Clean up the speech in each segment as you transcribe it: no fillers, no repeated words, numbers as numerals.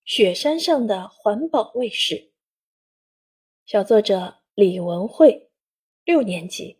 雪山上的环保卫士，小作者李文慧，6年级。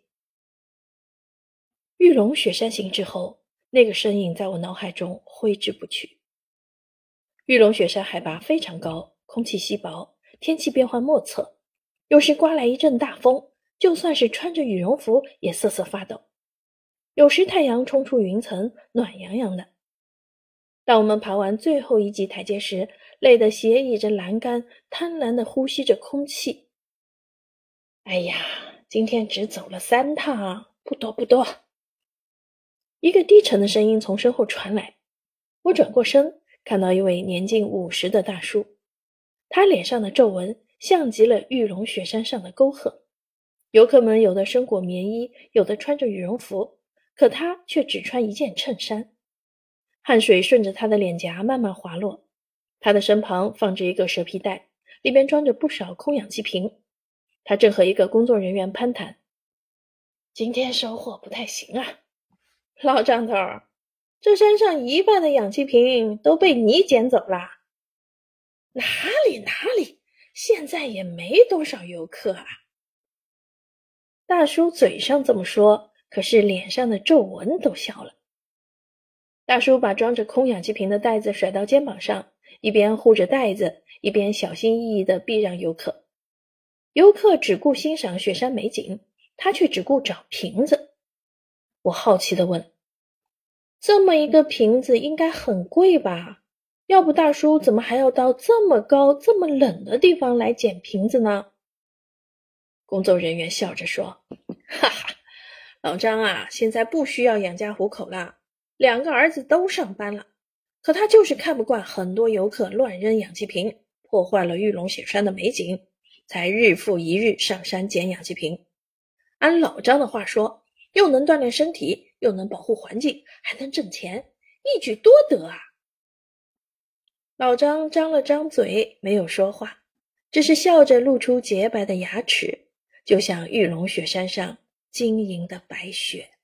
玉龙雪山行之后，那个身影在我脑海中挥之不去。玉龙雪山海拔非常高，空气稀薄，天气变幻莫测，有时刮来一阵大风，就算是穿着羽绒服也瑟瑟发抖。有时太阳冲出云层，暖洋洋的。当我们爬完最后一级台阶时，累得斜倚着栏杆，贪婪地呼吸着空气。哎呀，今天只走了3趟，不多。一个低沉的声音从身后传来，我转过身，看到一位年近50的大叔，他脸上的皱纹像极了玉龙雪山上的沟壑。游客们有的身裹棉衣，有的穿着羽绒服，可他却只穿一件衬衫。汗水顺着他的脸颊慢慢滑落，他的身旁放着一个蛇皮袋，里边装着不少空氧气瓶。他正和一个工作人员攀谈。今天收获不太行啊，老张头，这山上1半的氧气瓶都被你捡走了。哪里，现在也没多少游客啊。大叔嘴上这么说，可是脸上的皱纹都消了。大叔把装着空氧气瓶的袋子甩到肩膀上，一边护着袋子，一边小心翼翼地避让游客。游客只顾欣赏雪山美景，他却只顾找瓶子。我好奇地问，这么一个瓶子应该很贵吧？要不大叔怎么还要到这么高这么冷的地方来捡瓶子呢？工作人员笑着说，哈哈，老张啊，现在不需要养家糊口了，2个儿子都上班了，可他就是看不惯很多游客乱扔氧气瓶，破坏了玉龙雪山的美景，才日复一日上山捡氧气瓶。按老张的话说，又能锻炼身体，又能保护环境，还能挣钱，一举多得啊！老张张了张嘴，没有说话，只是笑着露出洁白的牙齿，就像玉龙雪山上晶莹的白雪。